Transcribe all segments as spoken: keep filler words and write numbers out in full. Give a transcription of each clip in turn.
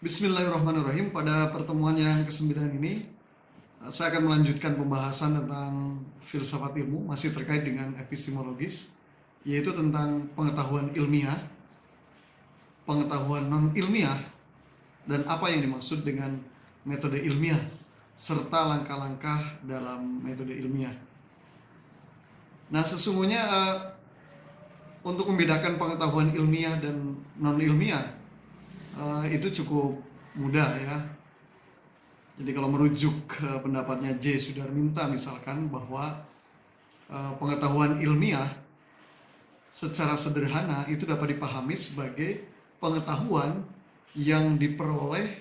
Bismillahirrahmanirrahim. Pada pertemuan yang kesembilan ini, saya akan melanjutkan pembahasan tentang filsafat ilmu, masih terkait dengan epistemologis, yaitu tentang pengetahuan ilmiah, pengetahuan non-ilmiah, dan apa yang dimaksud dengan metode ilmiah, serta langkah-langkah dalam metode ilmiah. Nah, sesungguhnya uh, untuk membedakan pengetahuan ilmiah dan non-ilmiah, Uh, itu cukup mudah ya. Jadi kalau merujuk ke pendapatnya J. Sudarminta misalkan bahwa uh, pengetahuan ilmiah secara sederhana itu dapat dipahami sebagai pengetahuan yang diperoleh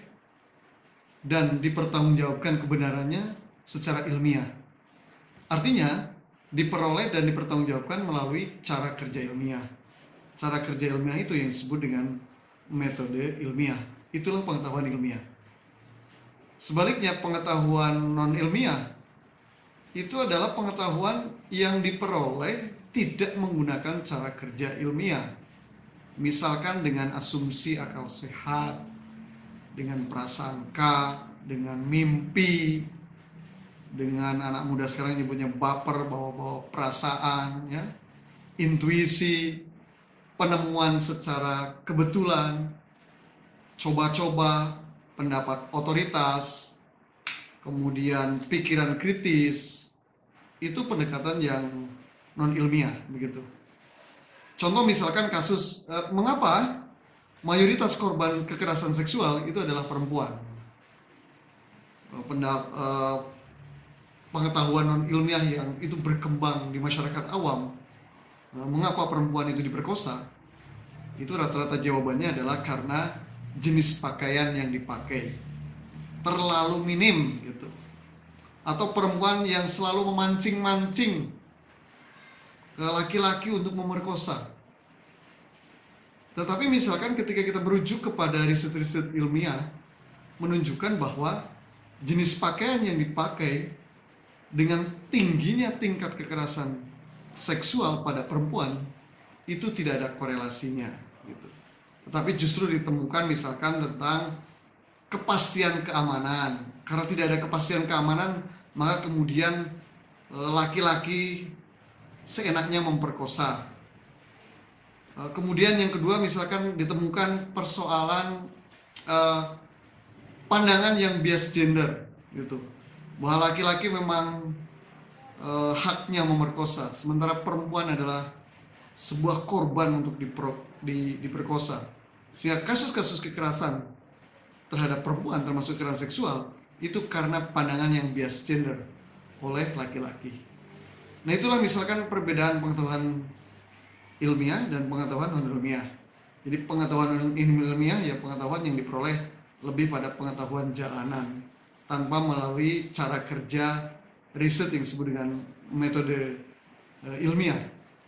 dan dipertanggungjawabkan kebenarannya secara ilmiah. Artinya diperoleh dan dipertanggungjawabkan melalui cara kerja ilmiah. Cara kerja ilmiah itu yang disebut dengan metode ilmiah. Itulah pengetahuan ilmiah. Sebaliknya, pengetahuan non-ilmiah itu adalah pengetahuan yang diperoleh tidak menggunakan cara kerja ilmiah. Misalkan dengan asumsi akal sehat, dengan prasangka, dengan mimpi, dengan anak muda sekarang nyebutnya baper, bawa-bawa perasaan, ya, intuisi, penemuan secara kebetulan, coba-coba, pendapat otoritas, kemudian pikiran kritis, itu pendekatan yang non-ilmiah, begitu. Contoh misalkan kasus, eh, mengapa mayoritas korban kekerasan seksual itu adalah perempuan? Pendap, eh, pengetahuan non-ilmiah yang itu berkembang di masyarakat awam, mengapa perempuan itu diperkosa? Itu rata-rata jawabannya adalah karena jenis pakaian yang dipakai terlalu minim gitu. Atau perempuan yang selalu memancing-mancing laki-laki untuk memerkosa. Tetapi misalkan ketika kita merujuk kepada riset-riset ilmiah menunjukkan bahwa jenis pakaian yang dipakai dengan tingginya tingkat kekerasan seksual pada perempuan itu tidak ada korelasinya gitu. Tetapi justru ditemukan misalkan tentang kepastian keamanan. Karena tidak ada kepastian keamanan, maka kemudian laki-laki seenaknya memperkosa. Kemudian yang kedua misalkan ditemukan persoalan eh, pandangan yang bias gender gitu. Bahwa laki-laki memang Uh, haknya memerkosa, sementara perempuan adalah sebuah korban untuk diper, di, diperkosa. Sehingga kasus-kasus kekerasan terhadap perempuan termasuk kekerasan seksual itu karena pandangan yang bias gender oleh laki-laki. Nah, itulah misalkan perbedaan pengetahuan ilmiah dan pengetahuan non-ilmiah. Jadi pengetahuan ilmiah ya pengetahuan yang diperoleh lebih pada pengetahuan jalanan tanpa melalui cara kerja riset yang disebut dengan metode uh, ilmiah.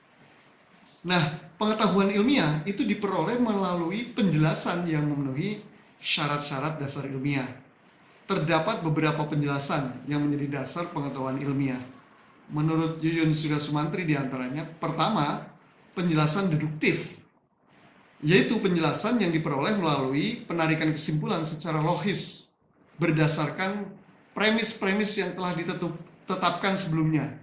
Nah, pengetahuan ilmiah itu diperoleh melalui penjelasan yang memenuhi syarat-syarat dasar ilmiah. Terdapat beberapa penjelasan yang menjadi dasar pengetahuan ilmiah. Menurut Yuyun Surya Sumantri diantaranya, pertama, penjelasan deduktif, yaitu penjelasan yang diperoleh melalui penarikan kesimpulan secara logis berdasarkan premis-premis yang telah ditentukan tetapkan sebelumnya.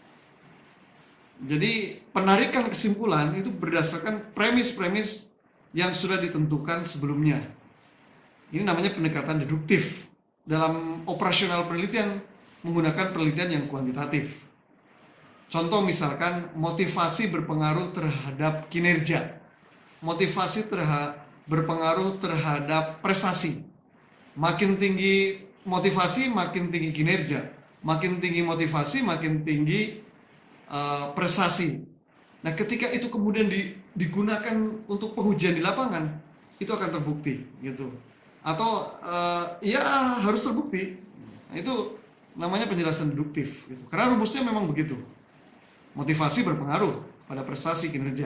Jadi penarikan kesimpulan itu berdasarkan premis-premis yang sudah ditentukan sebelumnya. Ini namanya pendekatan deduktif. Dalam operasional penelitian menggunakan penelitian yang kuantitatif. Contoh misalkan motivasi berpengaruh terhadap kinerja. Motivasi terhadap berpengaruh terhadap prestasi. Makin tinggi motivasi, makin tinggi kinerja. Makin tinggi motivasi, makin tinggi uh, prestasi. Nah, ketika itu kemudian di, digunakan untuk pengujian di lapangan, itu akan terbukti, gitu. Atau uh, ya harus terbukti. Nah, itu namanya penjelasan deduktif. Gitu. Karena rumusnya memang begitu. Motivasi berpengaruh pada prestasi kinerja.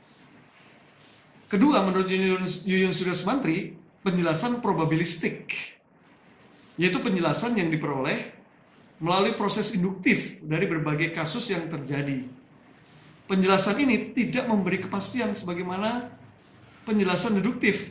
Kedua, menurut Yuyun Surya Sumantri, penjelasan probabilistik, yaitu penjelasan yang diperoleh melalui proses induktif dari berbagai kasus yang terjadi. Penjelasan ini tidak memberi kepastian sebagaimana penjelasan deduktif.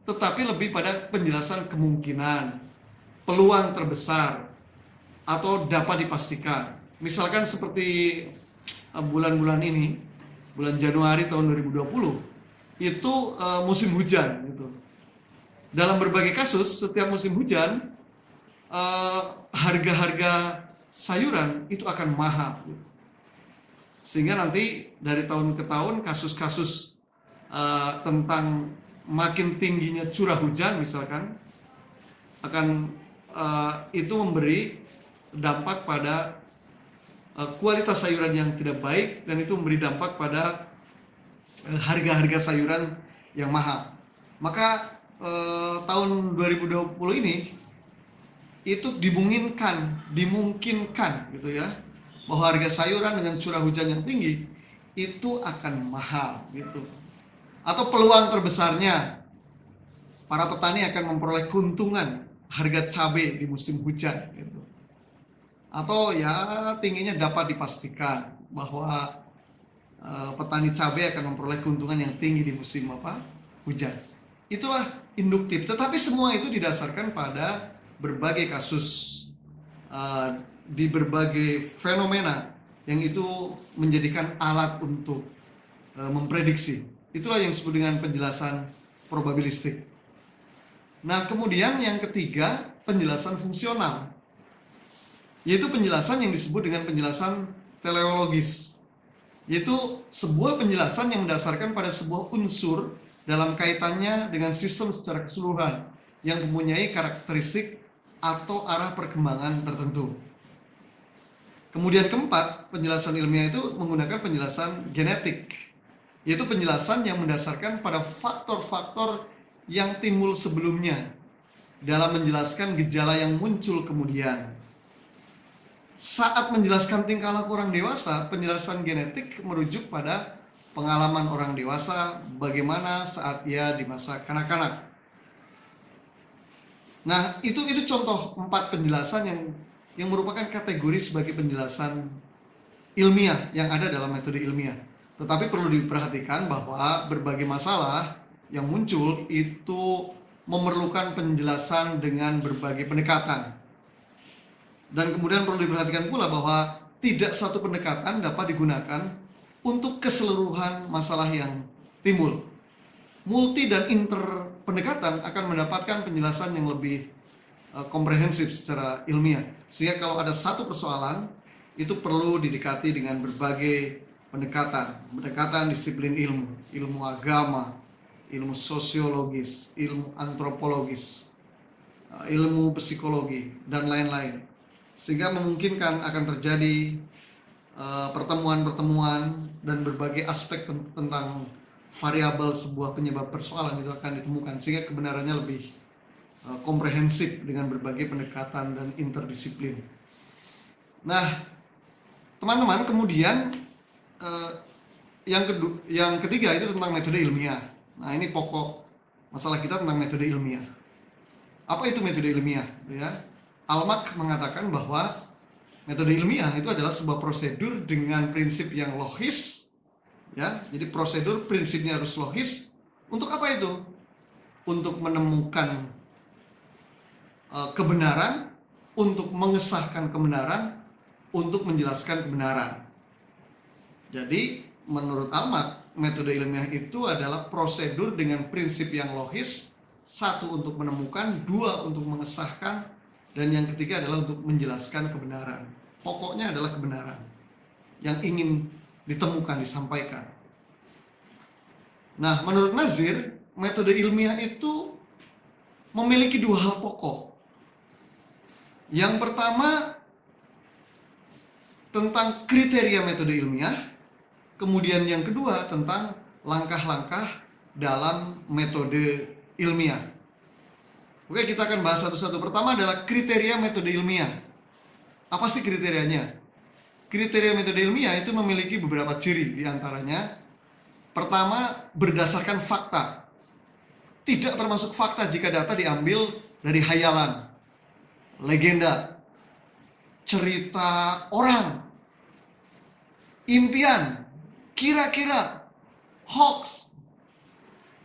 tetapi lebih pada penjelasan kemungkinan, peluang terbesar, atau dapat dipastikan. Misalkan seperti uh, bulan-bulan ini, bulan Januari tahun dua ribu dua puluh, itu uh, musim hujan gitu. Dalam berbagai kasus, setiap musim hujan, uh, harga-harga sayuran itu akan mahal gitu. Sehingga nanti dari tahun ke tahun kasus-kasus uh, tentang makin tingginya curah hujan misalkan akan uh, itu memberi dampak pada uh, kualitas sayuran yang tidak baik, dan itu memberi dampak pada uh, harga-harga sayuran yang mahal. Maka uh, tahun dua ribu dua puluh ini itu dimungkinkan, dimungkinkan gitu ya, bahwa harga sayuran dengan curah hujan yang tinggi itu akan mahal gitu. Atau peluang terbesarnya para petani akan memperoleh keuntungan harga cabai di musim hujan gitu. Atau ya tingginya dapat dipastikan bahwa e, petani cabai akan memperoleh keuntungan yang tinggi di musim apa? Hujan. Itulah induktif. Tetapi semua itu didasarkan pada berbagai kasus, e, di berbagai fenomena yang itu menjadikan alat untuk e, memprediksi. Itulah yang disebut dengan penjelasan probabilistik. Nah, kemudian yang ketiga, penjelasan fungsional, yaitu penjelasan yang disebut dengan penjelasan teleologis, yaitu sebuah penjelasan yang mendasarkan pada sebuah unsur dalam kaitannya dengan sistem secara keseluruhan yang mempunyai karakteristik atau arah perkembangan tertentu. Kemudian keempat, penjelasan ilmiah itu menggunakan penjelasan genetik, yaitu penjelasan yang mendasarkan pada faktor-faktor yang timbul sebelumnya dalam menjelaskan gejala yang muncul kemudian. Saat menjelaskan tingkah laku orang dewasa, penjelasan genetik merujuk pada pengalaman orang dewasa bagaimana saat ia di masa kanak-kanak. Nah, itu itu contoh empat penjelasan yang yang merupakan kategori sebagai penjelasan ilmiah yang ada dalam metode ilmiah. Tetapi perlu diperhatikan bahwa berbagai masalah yang muncul itu memerlukan penjelasan dengan berbagai pendekatan. Dan kemudian perlu diperhatikan pula bahwa tidak satu pendekatan dapat digunakan untuk keseluruhan masalah yang timbul. Multi dan inter pendekatan akan mendapatkan penjelasan yang lebih uh, komprehensif secara ilmiah. Sehingga kalau ada satu persoalan, itu perlu didekati dengan berbagai pendekatan. Pendekatan disiplin ilmu, ilmu agama, ilmu sosiologis, ilmu antropologis, ilmu psikologi, dan lain-lain. Sehingga memungkinkan akan terjadi pertemuan-pertemuan uh, dan berbagai aspek tentang variabel sebuah penyebab persoalan itu akan ditemukan, sehingga kebenarannya lebih uh, komprehensif dengan berbagai pendekatan dan interdisiplin. Nah, teman-teman, kemudian uh, yang kedua, yang ketiga itu tentang metode ilmiah. Nah, ini pokok masalah kita tentang metode ilmiah. Apa itu metode ilmiah? Ya, Almak mengatakan bahwa metode ilmiah itu adalah sebuah prosedur dengan prinsip yang logis. Ya, jadi prosedur prinsipnya harus logis. Untuk apa itu? Untuk menemukan uh, kebenaran, untuk mengesahkan kebenaran, untuk menjelaskan kebenaran. Jadi, menurut Almak, metode ilmiah itu adalah prosedur dengan prinsip yang logis. Satu, untuk menemukan. Dua, untuk mengesahkan. Dan yang ketiga adalah untuk menjelaskan kebenaran. Pokoknya adalah kebenaran yang ingin ditemukan, disampaikan. Nah, menurut Nazir, metode ilmiah itu memiliki dua hal pokok. Yang pertama, tentang kriteria metode ilmiah. Kemudian yang kedua, tentang langkah-langkah dalam metode ilmiah. Oke, kita akan bahas satu-satu. Pertama adalah kriteria metode ilmiah. Apa sih kriterianya? Kriteria metode ilmiah itu memiliki beberapa ciri, diantaranya pertama, berdasarkan fakta. Tidak termasuk fakta jika data diambil dari hayalan, legenda, cerita orang, impian, kira-kira, hoax.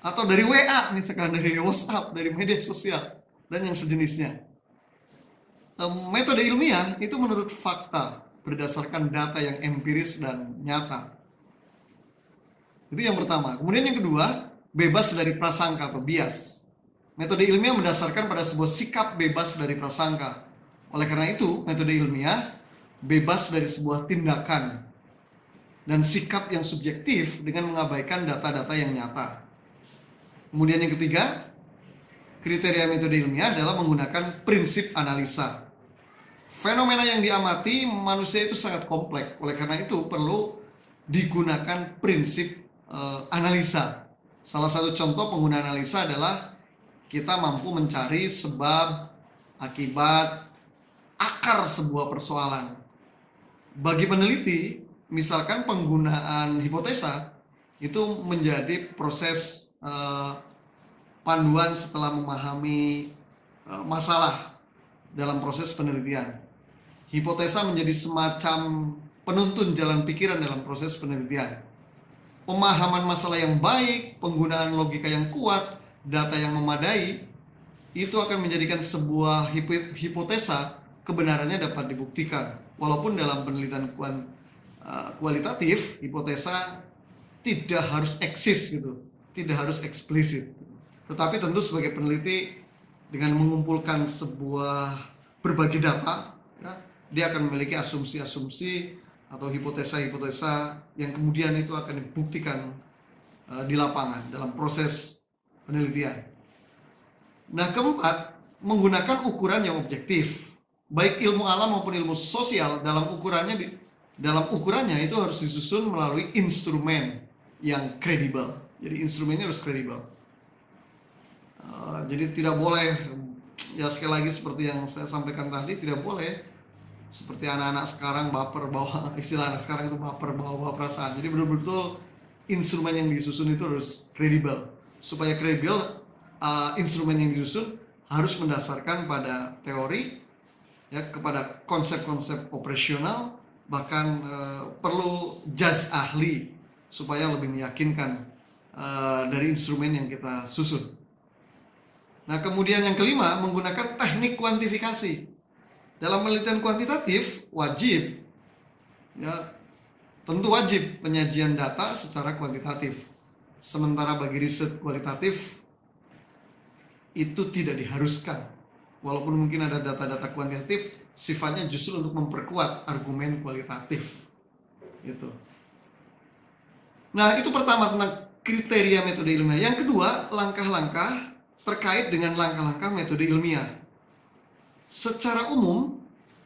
atau dari W A, misalkan dari WhatsApp, dari media sosial, dan yang sejenisnya. Metode ilmiah itu menurut fakta, berdasarkan data yang empiris dan nyata. Itu yang pertama. Kemudian yang kedua, bebas dari prasangka atau bias. Metode ilmiah mendasarkan pada sebuah sikap bebas dari prasangka. Oleh karena itu, metode ilmiah bebas dari sebuah tindakan dan sikap yang subjektif dengan mengabaikan data-data yang nyata. Kemudian yang ketiga, kriteria metode ilmiah adalah menggunakan prinsip analisa. Fenomena yang diamati manusia itu sangat kompleks. Oleh karena itu perlu digunakan prinsip uh, analisa. Salah satu contoh pengguna analisa adalah kita mampu mencari sebab, akibat, akar sebuah persoalan. Bagi peneliti, misalkan penggunaan hipotesa itu menjadi proses uh, panduan setelah memahami uh, masalah dalam proses penelitian. Hipotesa menjadi semacam penuntun jalan pikiran dalam proses penelitian. Pemahaman masalah yang baik, penggunaan logika yang kuat, data yang memadai, itu akan menjadikan sebuah hipotesa kebenarannya dapat dibuktikan. Walaupun dalam penelitian kualitatif, hipotesa tidak harus eksis gitu, tidak harus eksplisit. Tetapi tentu sebagai peneliti dengan mengumpulkan sebuah berbagai data, ya, dia akan memiliki asumsi-asumsi atau hipotesa-hipotesa yang kemudian itu akan dibuktikan uh, di lapangan dalam proses penelitian. Nah, keempat, menggunakan ukuran yang objektif. Baik ilmu alam maupun ilmu sosial dalam ukurannya di, dalam ukurannya itu harus disusun melalui instrumen yang kredibel. Jadi instrumennya harus kredibel. Uh, jadi tidak boleh, ya sekali lagi seperti yang saya sampaikan tadi, tidak boleh seperti anak-anak sekarang baper bawa, istilah anak sekarang itu baper bawa perasaan. Jadi betul-betul instrumen yang disusun itu harus kredibel. Supaya kredibel, uh, instrumen yang disusun harus mendasarkan pada teori, ya, kepada konsep-konsep operasional, bahkan uh, perlu judge ahli supaya lebih meyakinkan uh, dari instrumen yang kita susun. Nah, kemudian yang kelima, menggunakan teknik kuantifikasi. Dalam penelitian kuantitatif wajib, ya, tentu wajib penyajian data secara kuantitatif. Sementara bagi riset kualitatif itu tidak diharuskan. Walaupun mungkin ada data-data kuantitatif, sifatnya justru untuk memperkuat argumen kualitatif. Gitu. Nah, itu pertama tentang kriteria metode ilmiah. Yang kedua, langkah-langkah terkait dengan langkah-langkah metode ilmiah. Secara umum,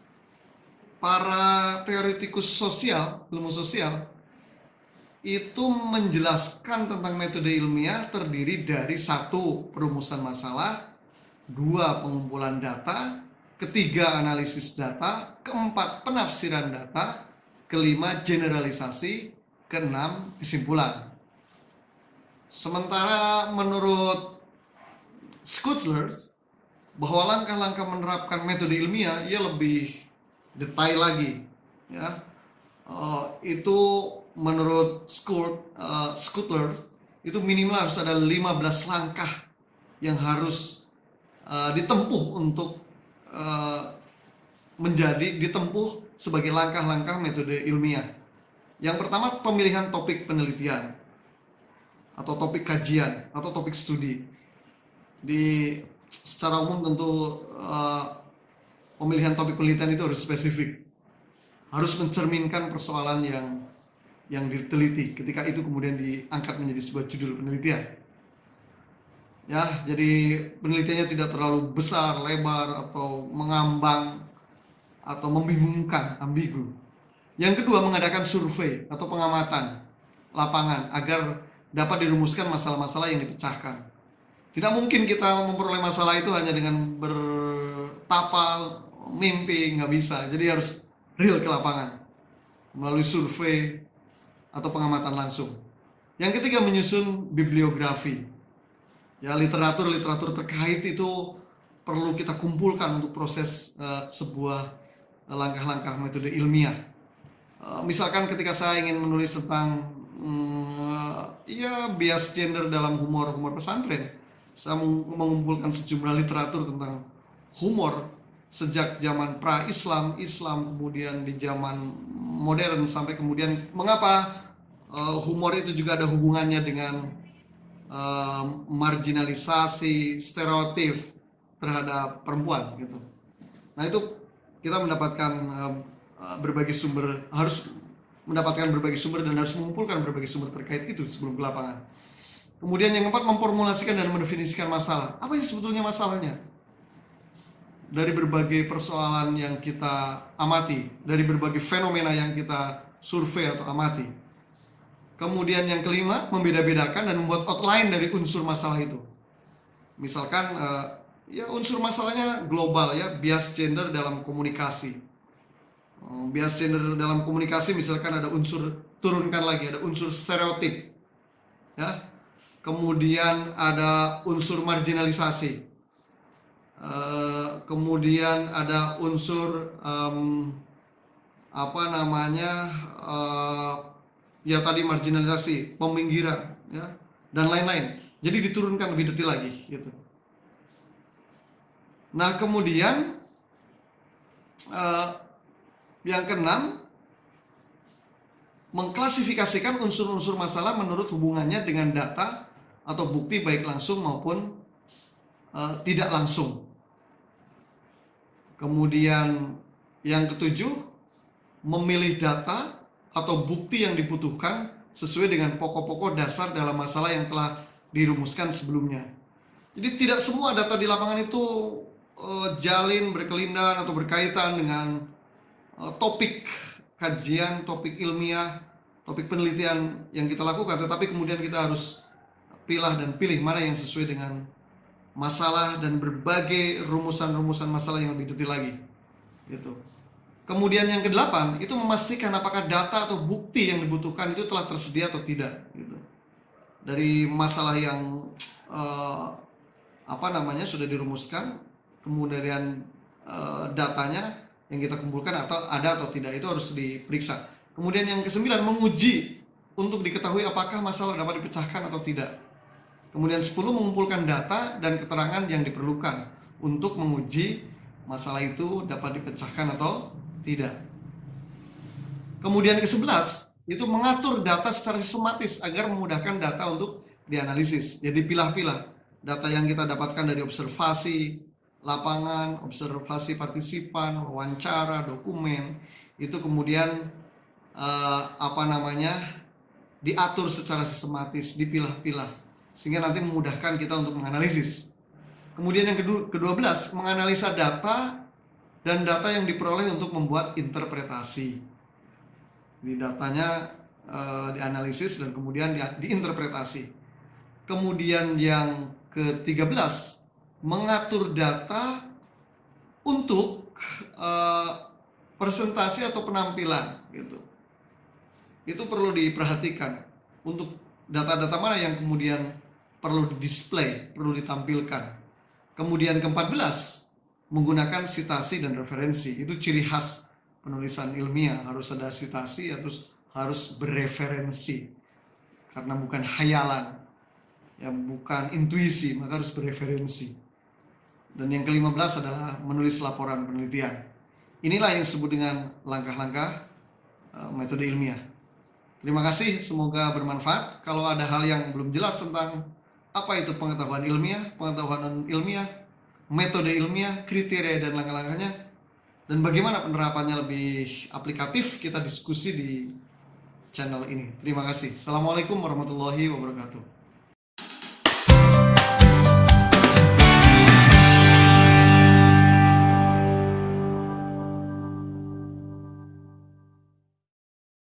para teoretikus sosial, ilmu sosial, itu menjelaskan tentang metode ilmiah terdiri dari satu, perumusan masalah, dua, pengumpulan data, ketiga, analisis data, keempat, penafsiran data, kelima, generalisasi, keenam, kesimpulan. Sementara menurut Schuttlers, bahwa langkah-langkah menerapkan metode ilmiah ia lebih detail lagi, ya. Uh, itu menurut Schuttlers uh, itu minimal harus ada lima belas langkah yang harus uh, ditempuh untuk uh, menjadi ditempuh sebagai langkah-langkah metode ilmiah. Yang pertama, pemilihan topik penelitian atau topik kajian atau topik studi. Di secara umum tentu uh, pemilihan topik penelitian itu harus spesifik, harus mencerminkan persoalan yang yang diteliti. Ketika itu kemudian diangkat menjadi sebuah judul penelitian. Ya, jadi penelitiannya tidak terlalu besar, lebar atau mengambang atau membingungkan, ambigu. Yang kedua, mengadakan survei atau pengamatan lapangan agar dapat dirumuskan masalah-masalah yang dipecahkan. Tidak mungkin kita memperoleh masalah itu hanya dengan bertapa, mimpi, nggak bisa. Jadi harus real ke lapangan melalui survei atau pengamatan langsung. Yang ketiga, menyusun bibliografi. Ya, literatur-literatur terkait itu perlu kita kumpulkan untuk proses uh, sebuah langkah-langkah metode ilmiah. Uh, misalkan ketika saya ingin menulis tentang hmm, ya bias gender dalam humor-humor pesantren. Saya mengumpulkan sejumlah literatur tentang humor sejak zaman pra-Islam, Islam, kemudian di zaman modern sampai kemudian mengapa uh, humor itu juga ada hubungannya dengan uh, marginalisasi, stereotip terhadap perempuan gitu. Nah itu kita mendapatkan uh, berbagai sumber, harus mendapatkan berbagai sumber dan harus mengumpulkan berbagai sumber terkait itu sebelum ke lapangan. Kemudian yang keempat, memformulasikan dan mendefinisikan masalah. Apa yang sebetulnya masalahnya? Dari berbagai persoalan yang kita amati, dari berbagai fenomena yang kita survei atau amati. Kemudian yang kelima, membeda-bedakan dan membuat outline dari unsur masalah itu. Misalkan uh, ya unsur masalahnya global ya, bias gender dalam komunikasi. Uh, bias gender dalam komunikasi misalkan ada unsur, turunkan lagi, ada unsur stereotip. Ya. Kemudian ada unsur marginalisasi. Uh, kemudian ada unsur um, apa namanya uh, ya tadi marginalisasi, peminggiran, ya dan lain-lain. Jadi diturunkan lebih detail lagi, gitu. Nah kemudian uh, yang keenam, mengklasifikasikan unsur-unsur masalah menurut hubungannya dengan data atau bukti baik langsung maupun uh, tidak langsung. Kemudian yang ketujuh, memilih data atau bukti yang dibutuhkan sesuai dengan pokok-pokok dasar dalam masalah yang telah dirumuskan sebelumnya. Jadi tidak semua data di lapangan itu uh, jalin, berkelindan atau berkaitan dengan uh, topik kajian, topik ilmiah, topik penelitian yang kita lakukan, tetapi kemudian kita harus pilah dan pilih mana yang sesuai dengan masalah dan berbagai rumusan-rumusan masalah yang lebih detail lagi, gitu. Kemudian yang kedelapan, itu memastikan apakah data atau bukti yang dibutuhkan itu telah tersedia atau tidak, gitu. Dari masalah yang uh, apa namanya sudah dirumuskan, kemudian uh, datanya yang kita kumpulkan atau ada atau tidak itu harus diperiksa. Kemudian yang kesembilan, menguji untuk diketahui apakah masalah dapat dipecahkan atau tidak. Kemudian sepuluh, mengumpulkan data dan keterangan yang diperlukan untuk menguji masalah itu dapat dipecahkan atau tidak. Kemudian ke sebelas, itu mengatur data secara sistematis agar memudahkan data untuk dianalisis. Jadi pilah-pilah data yang kita dapatkan dari observasi lapangan, observasi partisipan, wawancara, dokumen, itu kemudian eh, apa namanya diatur secara sistematis, dipilah-pilah, sehingga nanti memudahkan kita untuk menganalisis. Kemudian yang kedua belas, menganalisa data dan data yang diperoleh untuk membuat interpretasi. Di datanya eh, dianalisis dan kemudian di, diinterpretasi. Kemudian yang ke tiga belas, mengatur data untuk uh, presentasi atau penampilan, gitu. Itu perlu diperhatikan untuk data-data mana yang kemudian perlu di-display, perlu ditampilkan. Kemudian ke empat belas, menggunakan sitasi dan referensi. Itu ciri khas penulisan ilmiah, harus ada sitasi, harus harus bereferensi. Karena bukan hayalan, ya bukan intuisi, maka harus bereferensi. Dan yang kelima belas adalah menulis laporan penelitian. Inilah yang disebut dengan langkah-langkah uh, metode ilmiah. Terima kasih, semoga bermanfaat. Kalau ada hal yang belum jelas tentang apa itu pengetahuan ilmiah, pengetahuan ilmiah, metode ilmiah, kriteria dan langkah-langkahnya, dan bagaimana penerapannya lebih aplikatif, kita diskusi di channel ini. Terima kasih. Assalamualaikum warahmatullahi wabarakatuh.